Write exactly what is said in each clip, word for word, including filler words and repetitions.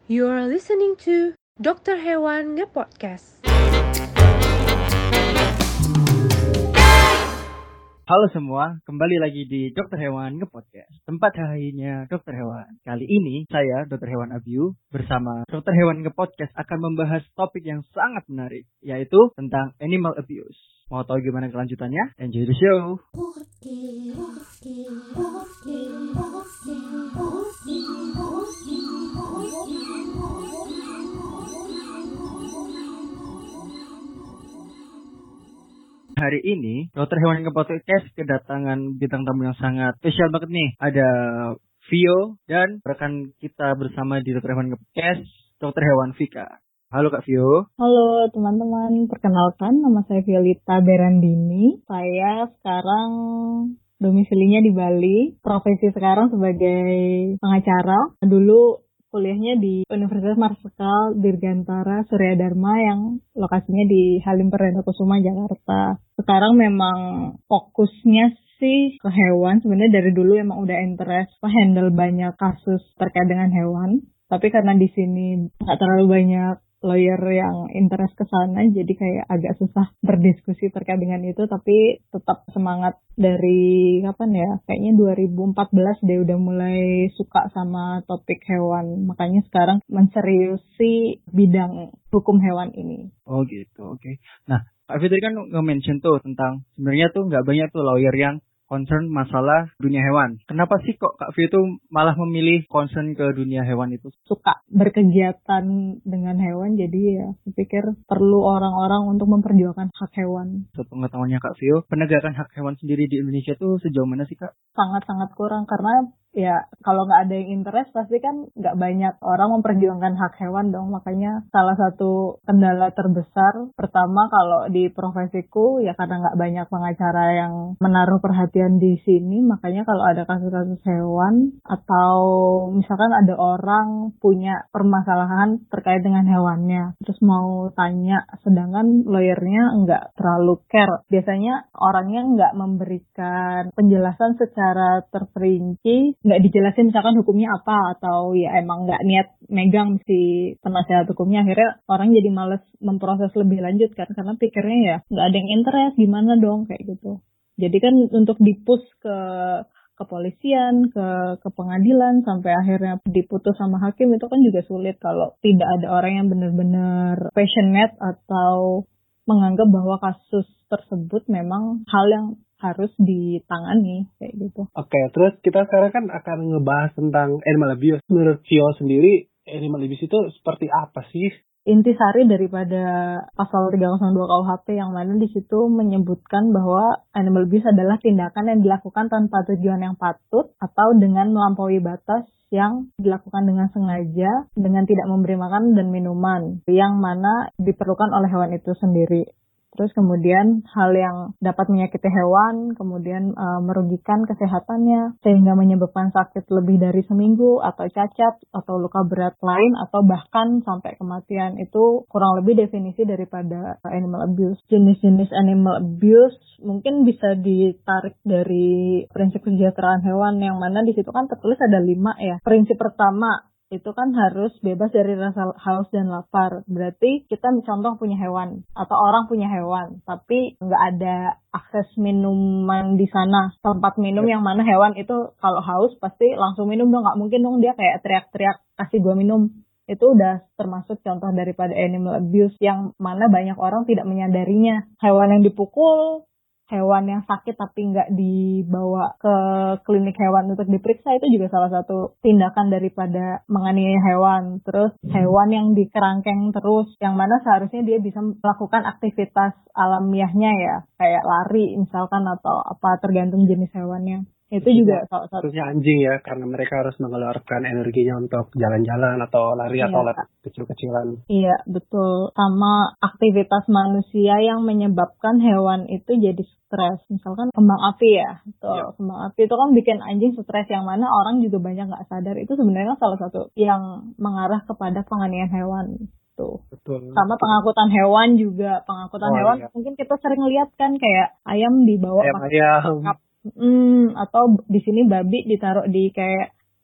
You are listening to Dokter Hewan Nge-Podcast. Halo semua, kembali lagi di Dokter Hewan Nge-Podcast, tempat hahinya Dokter Hewan. Kali ini saya, Dokter Hewan Abiu, bersama Dokter Hewan Nge-Podcast akan membahas topik yang sangat menarik, yaitu tentang animal abuse. Mau tahu gimana kelanjutannya? Enjoy the show! Hari ini, Dokter Hewan Nge-Podcast kedatangan bintang tamu yang sangat spesial banget nih. Ada Vio dan rekan kita bersama di Dokter Hewan Nge-Podcast, Dokter Hewan Vika. Halo Kak Vio. Halo teman-teman, perkenalkan nama saya Violeta Berandini. Saya sekarang domisilinya di Bali, profesi sekarang sebagai pengacara. Dulu kuliahnya di Universitas Marsikal Dirgantara Surya Dharma yang lokasinya di Halim Perdana Kusuma, Jakarta. Sekarang memang fokusnya sih ke hewan. Sebenarnya dari dulu emang udah interest handle banyak kasus terkait dengan hewan. Tapi karena di sini nggak terlalu banyak lawyer yang interest ke sana, jadi kayak agak susah berdiskusi terkait dengan itu, tapi tetap semangat dari kapan ya? Kayaknya dua ribu empat belas dia udah mulai suka sama topik hewan. Makanya sekarang menseriusi bidang hukum hewan ini. Oh gitu, oke. Okay. Nah, Kak Vio tadi kan nge-mention tuh tentang sebenarnya tuh nggak banyak tuh lawyer yang concern masalah dunia hewan. Kenapa sih kok Kak Vio tuh malah memilih concern ke dunia hewan itu? Suka berkegiatan dengan hewan, jadi ya saya pikir perlu orang-orang untuk memperjuangkan hak hewan. Sepengetahuannya Kak Vio, penegakan hak hewan sendiri di Indonesia tuh sejauh mana sih Kak? Sangat-sangat kurang, karena ya kalau nggak ada yang interest pasti kan nggak banyak orang memperjuangkan hak hewan dong. Makanya salah satu kendala terbesar pertama kalau di profesiku ya karena nggak banyak pengacara yang menaruh perhatian di sini. Makanya kalau ada kasus-kasus hewan atau misalkan ada orang punya permasalahan terkait dengan hewannya terus mau tanya, sedangkan lawyernya nggak terlalu care, biasanya orangnya nggak memberikan penjelasan secara terperinci, nggak dijelasin misalkan hukumnya apa, atau ya emang nggak niat megang si penasehat hukumnya. Akhirnya orang jadi males memproses lebih lanjut kan, karena pikirnya ya nggak ada yang interest, gimana dong kayak gitu. Jadi kan untuk dipush ke kepolisian, ke ke pengadilan sampai akhirnya diputus sama hakim itu kan juga sulit kalau tidak ada orang yang benar-benar passionate atau menganggap bahwa kasus tersebut memang hal yang harus ditangani kayak gitu. Oke, terus kita sekarang kan akan ngebahas tentang animal abuse. Menurut Vio sendiri, animal abuse itu seperti apa sih? Intisari daripada pasal tiga nol dua K U H P yang mana di situ menyebutkan bahwa animal abuse adalah tindakan yang dilakukan tanpa tujuan yang patut atau dengan melampaui batas yang dilakukan dengan sengaja dengan tidak memberi makan dan minuman yang mana diperlukan oleh hewan itu sendiri. Terus kemudian hal yang dapat menyakiti hewan, kemudian e, merugikan kesehatannya, sehingga menyebabkan sakit lebih dari seminggu, atau cacat, atau luka berat lain, atau bahkan sampai kematian. Itu kurang lebih definisi daripada animal abuse. Jenis-jenis animal abuse mungkin bisa ditarik dari prinsip kesejahteraan hewan, yang mana di situ kan tertulis ada lima ya. Prinsip pertama, itu kan harus bebas dari rasa haus dan lapar. Berarti kita contoh punya hewan atau orang punya hewan, tapi nggak ada akses minuman di sana, tempat minum yang mana hewan itu kalau haus pasti langsung minum dong. Nggak mungkin dong dia kayak teriak-teriak kasih gua minum. Itu udah termasuk contoh daripada animal abuse yang mana banyak orang tidak menyadarinya. Hewan yang dipukul, hewan yang sakit tapi nggak dibawa ke klinik hewan untuk diperiksa, itu juga salah satu tindakan daripada menganiaya hewan. Terus hewan yang dikerangkeng terus, yang mana seharusnya dia bisa melakukan aktivitas alamiahnya ya, kayak lari misalkan atau apa, tergantung jenis hewannya. Itu juga salah satu. Khususnya anjing ya, karena mereka harus mengeluarkan energinya untuk jalan-jalan atau lari Iya. atau lari kecil-kecilan. Iya, betul. Sama aktivitas manusia yang menyebabkan hewan itu jadi stres. Misalkan kembang api ya. Tuh, Iya. Kembang api itu kan bikin anjing stres, yang mana orang juga banyak nggak sadar. Itu sebenarnya salah satu yang mengarah kepada penganiayaan hewan. Tuh. Betul. Sama pengangkutan hewan juga. Pengangkutan Oh, hewan iya. mungkin kita sering lihat kan, kayak ayam dibawa pakai Ayam-ayam. Hmm, atau di sini babi ditaruh di kayak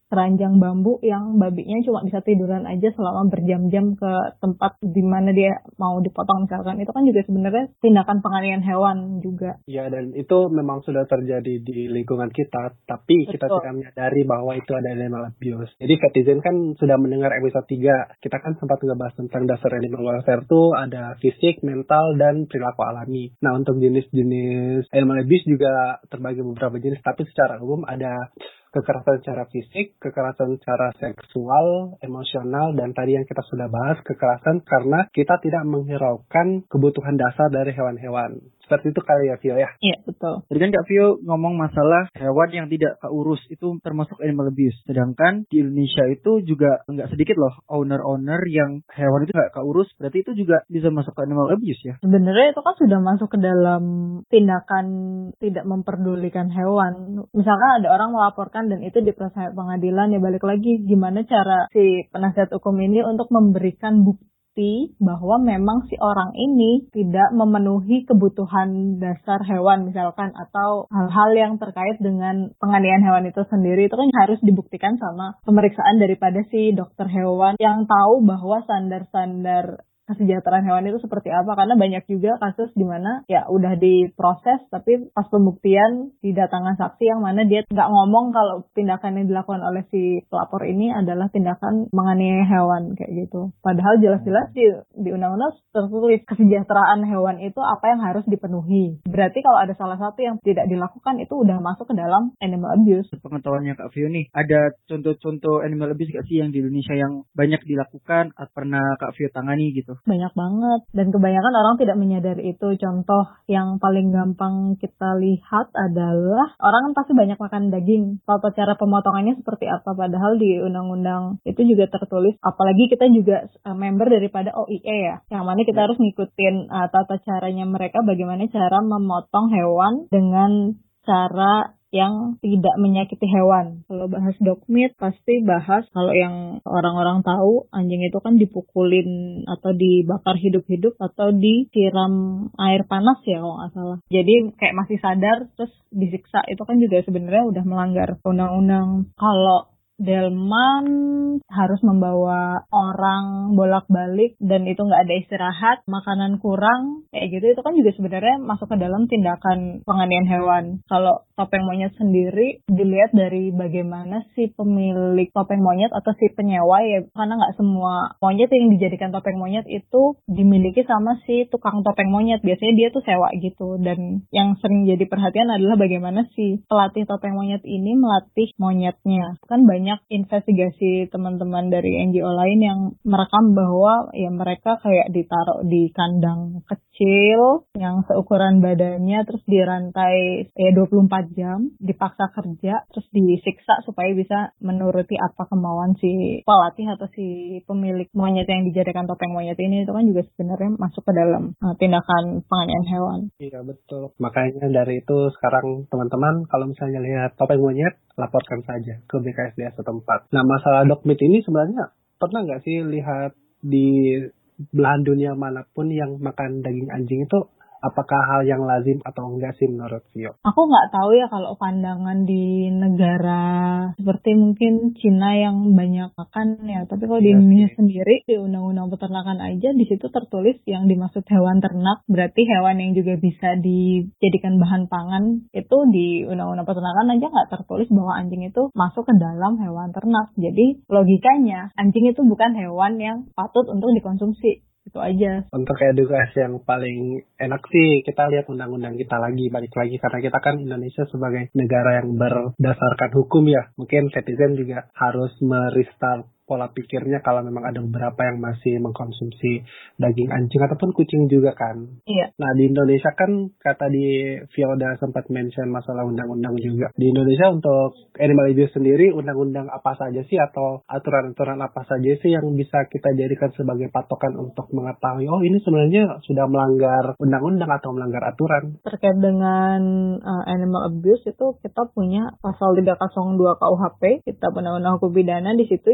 keranjang bambu yang babinya cuma bisa tiduran aja selama berjam-jam ke tempat di mana dia mau dipotong misalkan. Itu kan juga sebenarnya tindakan penganiayaan hewan juga. Ya, dan itu memang sudah terjadi di lingkungan kita, tapi kita Betul. tidak menyadari bahwa itu ada animal abuse. Jadi Fetizen kan sudah mendengar episode tiga. Kita kan sempat ngebahas tentang dasar animal welfare tuh ada fisik, mental, dan perilaku alami. Nah, untuk jenis-jenis animal abuse juga terbagi beberapa jenis, tapi secara umum ada kekerasan secara fisik, kekerasan secara seksual, emosional, dan tadi yang kita sudah bahas, kekerasan karena kita tidak menghiraukan kebutuhan dasar dari hewan-hewan. Seperti itu kali ya, Vio ya? Iya, betul. Tadi kan Kak Vio ngomong masalah hewan yang tidak keurus itu termasuk animal abuse. Sedangkan di Indonesia itu juga nggak sedikit loh owner-owner yang hewan itu nggak keurus, berarti itu juga bisa masuk ke animal abuse ya? Sebenarnya itu kan sudah masuk ke dalam tindakan tidak memperdulikan hewan. Misalkan ada orang melaporkan dan itu diproses pengadilan, ya balik lagi gimana cara si penasihat hukum ini untuk memberikan bukti bahwa memang si orang ini tidak memenuhi kebutuhan dasar hewan misalkan, atau hal-hal yang terkait dengan penganiayaan hewan itu sendiri. Itu kan harus dibuktikan sama pemeriksaan daripada si dokter hewan yang tahu bahwa standar-standar kesejahteraan hewan itu seperti apa, karena banyak juga kasus di mana ya udah diproses tapi pas pembuktian didatangkan saksi yang mana dia nggak ngomong kalau tindakan yang dilakukan oleh si pelapor ini adalah tindakan menganiaya hewan kayak gitu. Padahal jelas-jelas di, di undang-undang tertulis kesejahteraan hewan itu apa yang harus dipenuhi. Berarti kalau ada salah satu yang tidak dilakukan itu udah masuk ke dalam animal abuse. Pengetahuannya Kak Vio nih, ada contoh-contoh animal abuse gak sih yang di Indonesia yang banyak dilakukan atau pernah Kak Vio tangani gitu? Banyak banget, dan kebanyakan orang tidak menyadari itu. Contoh yang paling gampang kita lihat adalah orang kan pasti banyak makan daging. Tata cara pemotongannya seperti apa, padahal di undang-undang itu juga tertulis, apalagi kita juga uh, member daripada O I E ya, yang mana kita harus ngikutin uh, tata caranya mereka, bagaimana cara memotong hewan dengan cara yang tidak menyakiti hewan. Kalau bahas dog meat pasti bahas, kalau yang orang-orang tahu, anjing itu kan dipukulin atau dibakar hidup-hidup atau disiram air panas ya kalau nggak salah. Jadi kayak masih sadar terus disiksa, itu kan juga sebenarnya udah melanggar undang-undang. Kalau delman harus membawa orang bolak-balik dan itu nggak ada istirahat, makanan kurang, kayak gitu, itu kan juga sebenarnya masuk ke dalam tindakan penganiayaan hewan. Kalau topeng monyet sendiri dilihat dari bagaimana si pemilik topeng monyet atau si penyewa ya, karena nggak semua monyet yang dijadikan topeng monyet itu dimiliki sama si tukang topeng monyet. Biasanya dia tuh sewa gitu, dan yang sering jadi perhatian adalah bagaimana si pelatih topeng monyet ini melatih monyetnya. Kan banyak investigasi teman-teman dari N G O lain yang merekam bahwa ya mereka kayak ditaruh di kandang kecil yang seukuran badannya, terus dirantai ya dua puluh empat jam, dipaksa kerja, terus disiksa supaya bisa menuruti apa kemauan si pelatih atau si pemilik monyet yang dijadikan topeng monyet ini. Itu kan juga sebenarnya masuk ke dalam uh, tindakan penganiayaan hewan. Iya, betul. Makanya dari itu sekarang teman-teman kalau misalnya lihat topeng monyet, laporkan saja ke B K S D A setempat. Nah, masalah dog meat ini sebenarnya pernah nggak sih lihat di belahan dunia manapun yang makan daging anjing itu, apakah hal yang lazim atau enggak sih menurut Vio? Aku nggak tahu ya kalau pandangan di negara seperti mungkin Cina yang banyak makan ya, tapi kalau di Iya Indonesia sih. sendiri di undang-undang peternakan aja di situ tertulis yang dimaksud hewan ternak, berarti hewan yang juga bisa dijadikan bahan pangan. Itu di undang-undang peternakan aja nggak tertulis bahwa anjing itu masuk ke dalam hewan ternak. Jadi logikanya anjing itu bukan hewan yang patut untuk dikonsumsi. Itu aja. Untuk edukasi yang paling enak sih kita lihat undang-undang kita lagi, balik lagi, karena kita kan Indonesia sebagai negara yang berdasarkan hukum ya. Mungkin netizen juga harus merestart pola pikirnya kalau memang ada beberapa yang masih mengkonsumsi daging anjing ataupun kucing juga kan. Iya. Nah, di Indonesia kan kata di Vioda sempat mention masalah undang-undang juga. Di Indonesia untuk animal abuse sendiri, undang-undang apa saja sih atau aturan-aturan apa saja sih yang bisa kita jadikan sebagai patokan untuk mengetahui, oh ini sebenarnya sudah melanggar undang-undang atau melanggar aturan? Terkait dengan uh, animal abuse itu kita punya pasal tiga nol dua K U H P, Kitab Undang-Undang Hukum Pidana, di situ yang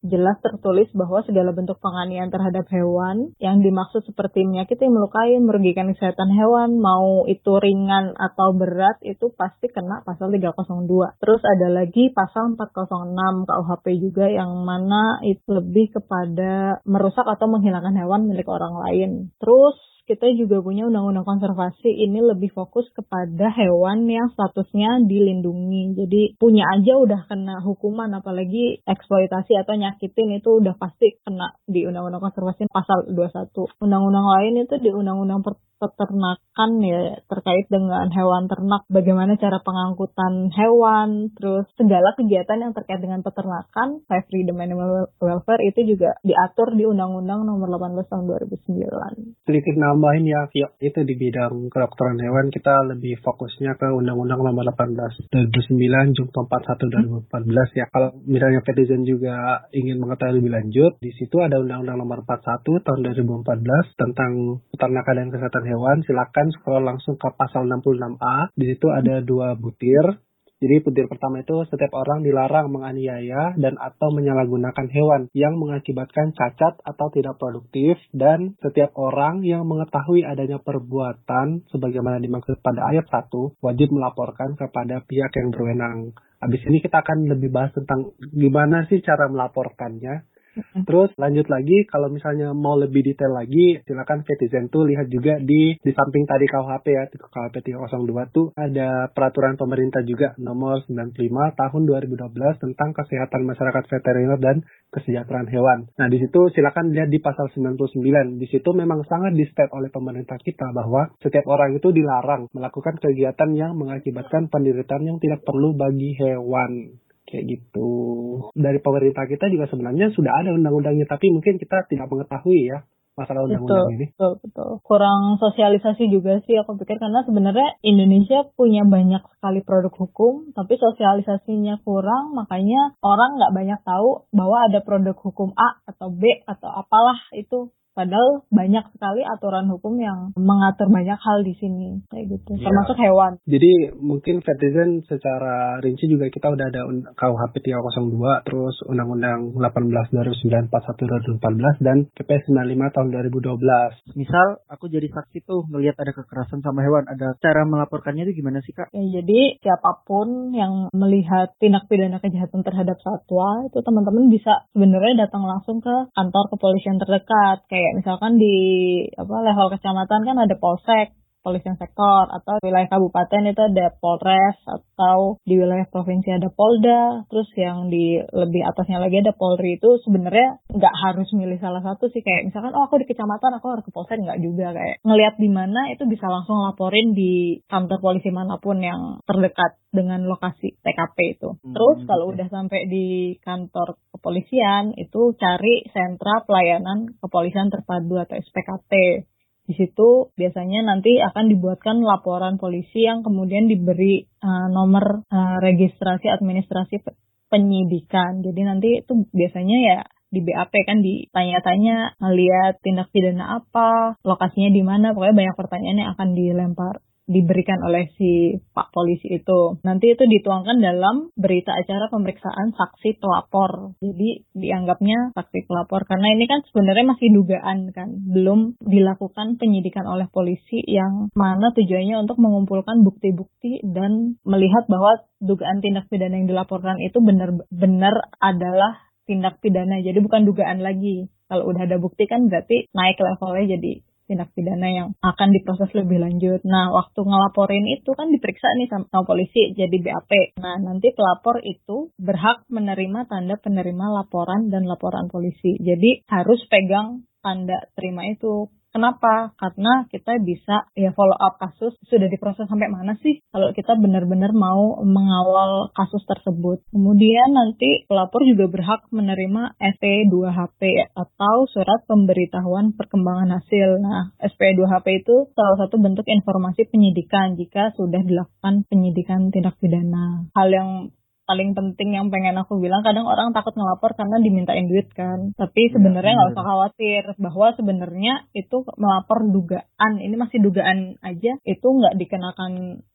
jelas tertulis bahwa segala bentuk penganiayaan terhadap hewan yang dimaksud seperti menyakiti, melukai, merugikan kesehatan hewan, mau itu ringan atau berat, itu pasti kena pasal tiga nol dua. Terus ada lagi pasal empat nol enam K U H P juga yang mana itu lebih kepada merusak atau menghilangkan hewan milik orang lain. Terus kita juga punya undang-undang konservasi, ini lebih fokus kepada hewan yang statusnya dilindungi. Jadi punya aja udah kena hukuman, apalagi eksploitasi atau nyakitin itu udah pasti kena di undang-undang konservasi pasal dua puluh satu. Undang-undang lain itu di undang-undang peternakan ya, terkait dengan hewan ternak, bagaimana cara pengangkutan hewan, terus segala kegiatan yang terkait dengan peternakan, Life Freedom Animal Welfare itu juga diatur di Undang-Undang Nomor delapan belas Tahun dua ribu sembilan. Sedikit nambahin ya, Vio, itu di bidang kedokteran hewan kita lebih fokusnya ke Undang-Undang Nomor delapan belas dua ribu sembilan Junto empat puluh satu dua ribu empat belas ya. Kalau misalnya netizen juga ingin mengetahui lebih lanjut, di situ ada Undang-Undang Nomor empat puluh satu Tahun dua ribu empat belas tentang peternakan dan kesehatan hewan. Silakan scroll langsung ke pasal enam puluh enam A. Di situ ada dua butir. Jadi butir pertama itu setiap orang dilarang menganiaya dan atau menyalahgunakan hewan yang mengakibatkan cacat atau tidak produktif, dan setiap orang yang mengetahui adanya perbuatan sebagaimana dimaksud pada ayat satu wajib melaporkan kepada pihak yang berwenang. Habis ini kita akan lebih bahas tentang gimana sih cara melaporkannya. Terus lanjut lagi, kalau misalnya mau lebih detail lagi, silakan netizen tuh lihat juga di di samping tadi K U H P ya, K U H P tiga nol dua tuh ada peraturan pemerintah juga nomor sembilan puluh lima tahun dua ribu dua belas tentang kesehatan masyarakat veteriner dan kesejahteraan hewan. Nah, di situ silakan lihat di pasal sembilan puluh sembilan. Di situ memang sangat di-state oleh pemerintah kita bahwa setiap orang itu dilarang melakukan kegiatan yang mengakibatkan penderitaan yang tidak perlu bagi hewan. Kayak gitu. Dari pemerintah kita juga sebenarnya sudah ada undang-undangnya, tapi mungkin kita tidak mengetahui ya masalah undang-undang betul, ini. Betul, betul. Kurang sosialisasi juga sih aku pikir, karena sebenarnya Indonesia punya banyak sekali produk hukum, tapi sosialisasinya kurang, makanya orang nggak banyak tahu bahwa ada produk hukum A atau B atau apalah itu. Padahal banyak sekali aturan hukum yang mengatur banyak hal di sini, kayak gitu, ya. Termasuk hewan. Jadi mungkin netizen secara rinci juga kita udah ada K U H P tiga nol dua, terus Undang-Undang delapan belas dua ribu sembilan, empat puluh satu dua ribu empat belas, dan P P sembilan puluh lima tahun dua ribu dua belas. Misal aku jadi saksi tuh ngelihat ada kekerasan sama hewan, ada cara melaporkannya itu gimana sih Kak? Ya, jadi siapapun yang melihat tindak pidana kejahatan terhadap satwa, itu teman-teman bisa sebenarnya datang langsung ke kantor kepolisian terdekat, kayak Kayak misalkan di apa level kecamatan kan ada polsek, polisian sektor, atau wilayah kabupaten itu ada polres, atau di wilayah provinsi ada polda, terus yang di lebih atasnya lagi ada polri. Itu sebenarnya nggak harus milih salah satu sih, kayak misalkan oh aku di kecamatan aku harus ke polsek, nggak juga, kayak ngelihat di mana itu bisa langsung laporin di kantor polisi manapun yang terdekat dengan lokasi T K P itu. Terus hmm, kalau udah sampai di kantor kepolisian itu cari sentra pelayanan kepolisian terpadu atau S P K T. Di situ biasanya nanti akan dibuatkan laporan polisi yang kemudian diberi uh, nomor uh, registrasi administrasi penyidikan. Jadi nanti itu biasanya ya di B A P kan ditanya-tanya, ngeliat tindak pidana apa, lokasinya di mana, pokoknya banyak pertanyaan yang akan dilempar diberikan oleh si Pak Polisi itu. Nanti itu dituangkan dalam berita acara pemeriksaan saksi pelapor. Jadi dianggapnya saksi pelapor karena ini kan sebenarnya masih dugaan kan, belum dilakukan penyidikan oleh polisi yang mana tujuannya untuk mengumpulkan bukti-bukti dan melihat bahwa dugaan tindak pidana yang dilaporkan itu benar-benar adalah tindak pidana. Jadi bukan dugaan lagi. Kalau udah ada bukti kan berarti naik levelnya jadi tindak pidana yang akan diproses lebih lanjut. Nah, waktu ngelaporin itu kan diperiksa nih sama, sama polisi jadi B A P. Nah, nanti pelapor itu berhak menerima tanda penerima laporan dan laporan polisi. Jadi harus pegang tanda terima itu. Kenapa? Karena kita bisa ya follow up kasus sudah diproses sampai mana sih kalau kita benar-benar mau mengawal kasus tersebut. Kemudian nanti pelapor juga berhak menerima S P dua H P atau surat pemberitahuan perkembangan hasil. Nah, S P dua H P itu salah satu bentuk informasi penyidikan jika sudah dilakukan penyidikan tindak pidana. Hal yang paling penting yang pengen aku bilang, kadang orang takut ngelapor karena dimintain duit kan. Tapi sebenarnya nggak ya, usah khawatir bahwa sebenarnya itu melapor dugaan, ini masih dugaan aja, itu nggak dikenakan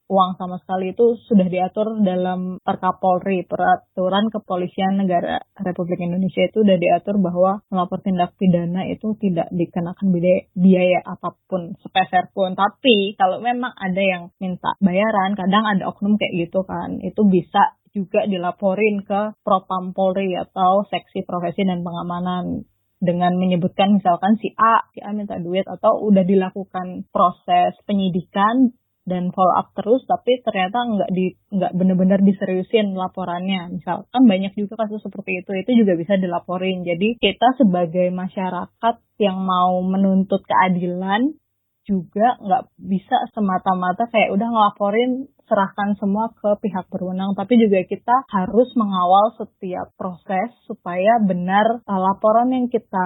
uang sama sekali itu sudah diatur dalam Perkapolri, Peraturan Kepolisian Negara Republik Indonesia itu sudah diatur bahwa melapor tindak pidana itu tidak dikenakan biaya, biaya apapun, sepeser pun. Tapi kalau memang ada yang minta bayaran, kadang ada oknum kayak gitu kan, itu bisa juga dilaporin ke Propam Polri atau Seksi Profesi dan Pengamanan dengan menyebutkan misalkan si A, si A minta duit atau udah dilakukan proses penyidikan dan follow up terus, tapi ternyata nggak di nggak benar-benar diseriusin laporannya. Misalkan banyak juga kasus seperti itu, itu juga bisa dilaporin. Jadi kita sebagai masyarakat yang mau menuntut keadilan juga nggak bisa semata-mata kayak udah ngelaporin serahkan semua ke pihak berwenang, tapi juga kita harus mengawal setiap proses supaya benar uh, laporan yang kita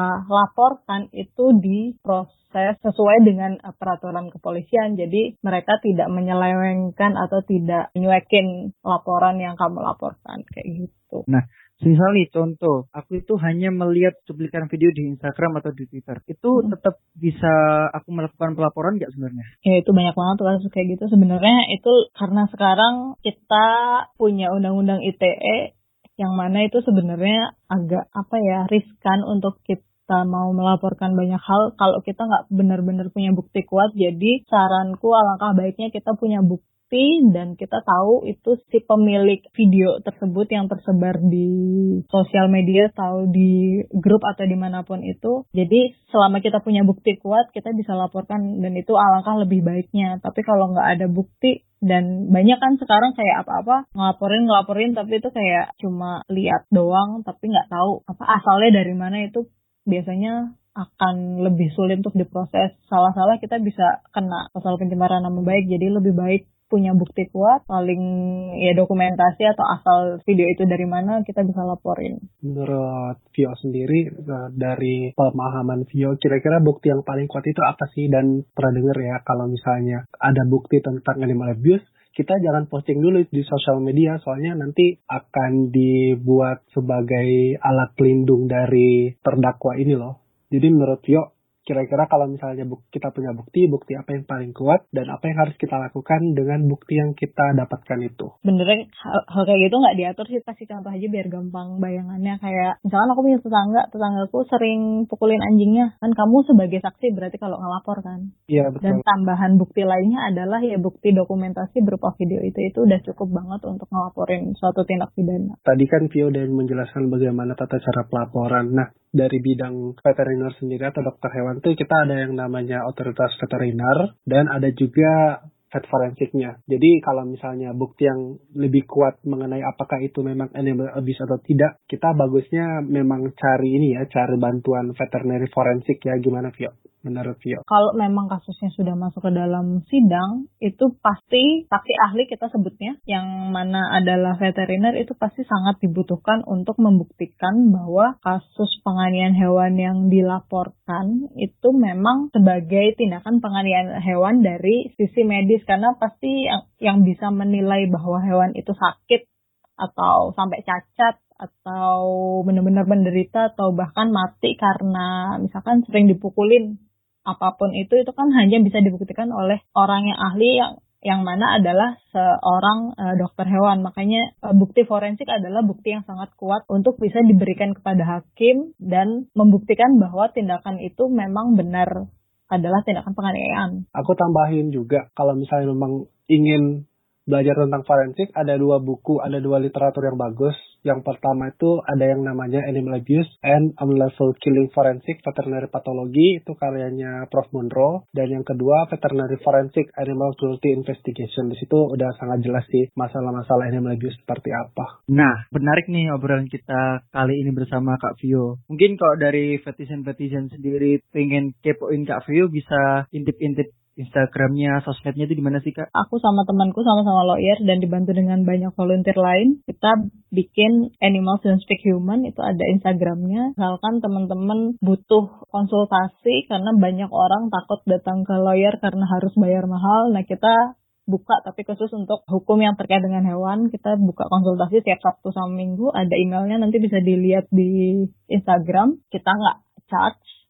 laporkan itu diproses sesuai dengan uh, peraturan kepolisian. Jadi mereka tidak menyelewengkan atau tidak menyuekin laporan yang kamu laporkan kayak gitu. Nah, misal nih contoh, aku itu hanya melihat cuplikan video di Instagram atau di Twitter. Itu hmm. tetap bisa aku melakukan pelaporan nggak sebenarnya? Ya itu banyak banget tuh kasus kayak gitu. Sebenarnya itu karena sekarang kita punya undang-undang I T E yang mana itu sebenarnya agak apa ya riskan untuk kita mau melaporkan banyak hal kalau kita nggak benar-benar punya bukti kuat. Jadi saranku alangkah baiknya kita punya bukti dan kita tahu itu si pemilik video tersebut yang tersebar di sosial media atau di grup atau dimanapun itu. Jadi selama kita punya bukti kuat kita bisa laporkan dan itu alangkah lebih baiknya. Tapi kalau nggak ada bukti dan banyak kan sekarang kayak apa-apa ngelaporin ngelaporin tapi itu kayak cuma lihat doang tapi nggak tahu apa asalnya dari mana, itu biasanya akan lebih sulit untuk diproses. Salah-salah kita bisa kena pasal pencemaran nama baik. Jadi lebih baik punya bukti kuat, paling ya dokumentasi atau asal video itu dari mana kita bisa laporin. Menurut Vio sendiri, dari pemahaman Vio, kira-kira bukti yang paling kuat itu apa sih? Dan pernah dengar ya kalau misalnya ada bukti tentang animal abuse, kita jangan posting dulu di sosial media, soalnya nanti akan dibuat sebagai alat pelindung dari terdakwa ini loh. Jadi menurut Vio, kira-kira kalau misalnya bu- kita punya bukti, bukti apa yang paling kuat dan apa yang harus kita lakukan dengan bukti yang kita dapatkan itu? Benernya hal, hal kayak gitu nggak diatur sih, kasih contoh aja biar gampang bayangannya. Kayak misalkan aku punya tetangga, tetanggaku sering pukulin anjingnya, kan kamu sebagai saksi berarti kalau ngelapor kan. Iya betul. Dan tambahan bukti lainnya adalah ya bukti dokumentasi berupa video itu, itu udah cukup banget untuk ngelaporin suatu tindak pidana. Tadi kan Vio udah menjelaskan bagaimana tata cara pelaporan. Nah, dari bidang veteriner sendiri atau dokter hewan tuh kita ada yang namanya otoritas veteriner dan ada juga vet forensiknya. Jadi kalau misalnya bukti yang lebih kuat mengenai apakah itu memang animal abuse atau tidak, kita bagusnya memang cari ini ya, cari bantuan veterinary forensik ya. Gimana Vio? Menurut Vio? Kalau memang kasusnya sudah masuk ke dalam sidang, itu pasti saksi ahli kita sebutnya, yang mana adalah veteriner, itu pasti sangat dibutuhkan untuk membuktikan bahwa kasus penganiayaan hewan yang dilaporkan itu memang sebagai tindakan penganiayaan hewan dari sisi medis, karena pasti yang, yang bisa menilai bahwa hewan itu sakit atau sampai cacat atau benar-benar menderita atau bahkan mati karena misalkan sering dipukulin, apapun itu, itu kan hanya bisa dibuktikan oleh orang yang ahli yang yang mana adalah seorang uh, dokter hewan. Makanya uh, bukti forensik adalah bukti yang sangat kuat untuk bisa diberikan kepada hakim dan membuktikan bahwa tindakan itu memang benar adalah tindakan penganiayaan. Aku tambahin juga, kalau misalnya memang ingin belajar tentang forensik, ada dua buku, ada dua literatur yang bagus. Yang pertama itu ada yang namanya Animal Abuse and Unlawful Killing Forensic Veterinary Pathology, itu karyanya Profesor Monroe. Dan yang kedua Veterinary Forensic Animal Cruelty Investigation. Di situ udah sangat jelas sih masalah-masalah animal abuse seperti apa. Nah, menarik nih obrolan kita kali ini bersama Kak Vio. Mungkin kalau dari Vetizen-Vetizen sendiri pengen kepoin Kak Vio, bisa intip-intip Instagramnya, sosmednya itu di mana sih Kak? Aku sama temanku sama-sama lawyer dan dibantu dengan banyak volunteer lain. Kita bikin Animals Don't Speak Human, itu ada Instagramnya. Misalkan teman-teman butuh konsultasi karena banyak orang takut datang ke lawyer karena harus bayar mahal. Nah kita buka tapi khusus untuk hukum yang terkait dengan hewan. Kita buka konsultasi tiap Sabtu sama Minggu. Ada emailnya, nanti bisa dilihat di Instagram. Kita nggak charge.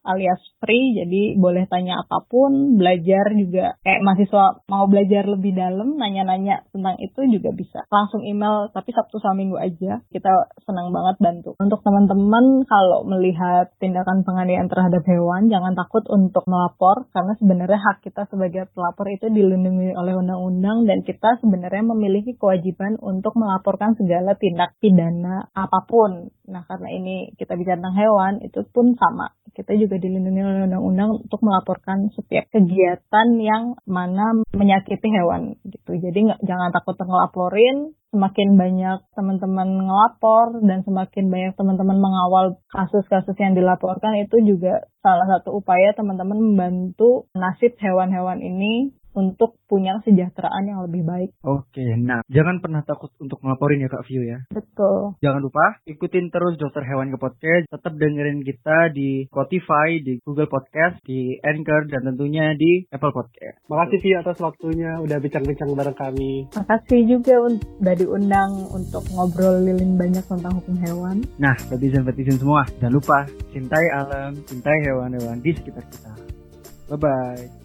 alias free, jadi boleh tanya apapun, belajar juga kayak mahasiswa mau belajar lebih dalam, nanya-nanya tentang itu juga bisa. Langsung email, tapi Sabtu sama Minggu aja. Kita senang banget bantu. Untuk teman-teman kalau melihat tindakan penganiayaan terhadap hewan, jangan takut untuk melapor, karena sebenarnya hak kita sebagai pelapor itu dilindungi oleh undang-undang, dan kita sebenarnya memiliki kewajiban untuk melaporkan segala tindak pidana apapun. Nah, karena ini kita bicara tentang hewan, itu pun sama. Kita juga dilindungi oleh undang-undang untuk melaporkan setiap kegiatan yang mana menyakiti hewan gitu. Jadi nggak, jangan takut ngelaporin. Semakin banyak teman-teman ngelapor dan semakin banyak teman-teman mengawal kasus-kasus yang dilaporkan, itu juga salah satu upaya teman-teman membantu nasib hewan-hewan ini untuk punya kesejahteraan yang lebih baik. Oke, nah jangan pernah takut untuk ngelaporin ya Kak View ya. Betul. Jangan lupa ikutin terus Dokter Hewan ke Podcast. Tetap dengerin kita di Spotify, di Google Podcast, di Anchor, dan tentunya di Apple Podcast. Makasih View atas waktunya udah bincang-bincang bareng kami. Makasih juga udah diundang untuk ngobrolin banyak tentang hukum hewan. Nah, netizen-netizen semua, jangan lupa cintai alam, cintai hewan-hewan di sekitar kita. Bye-bye.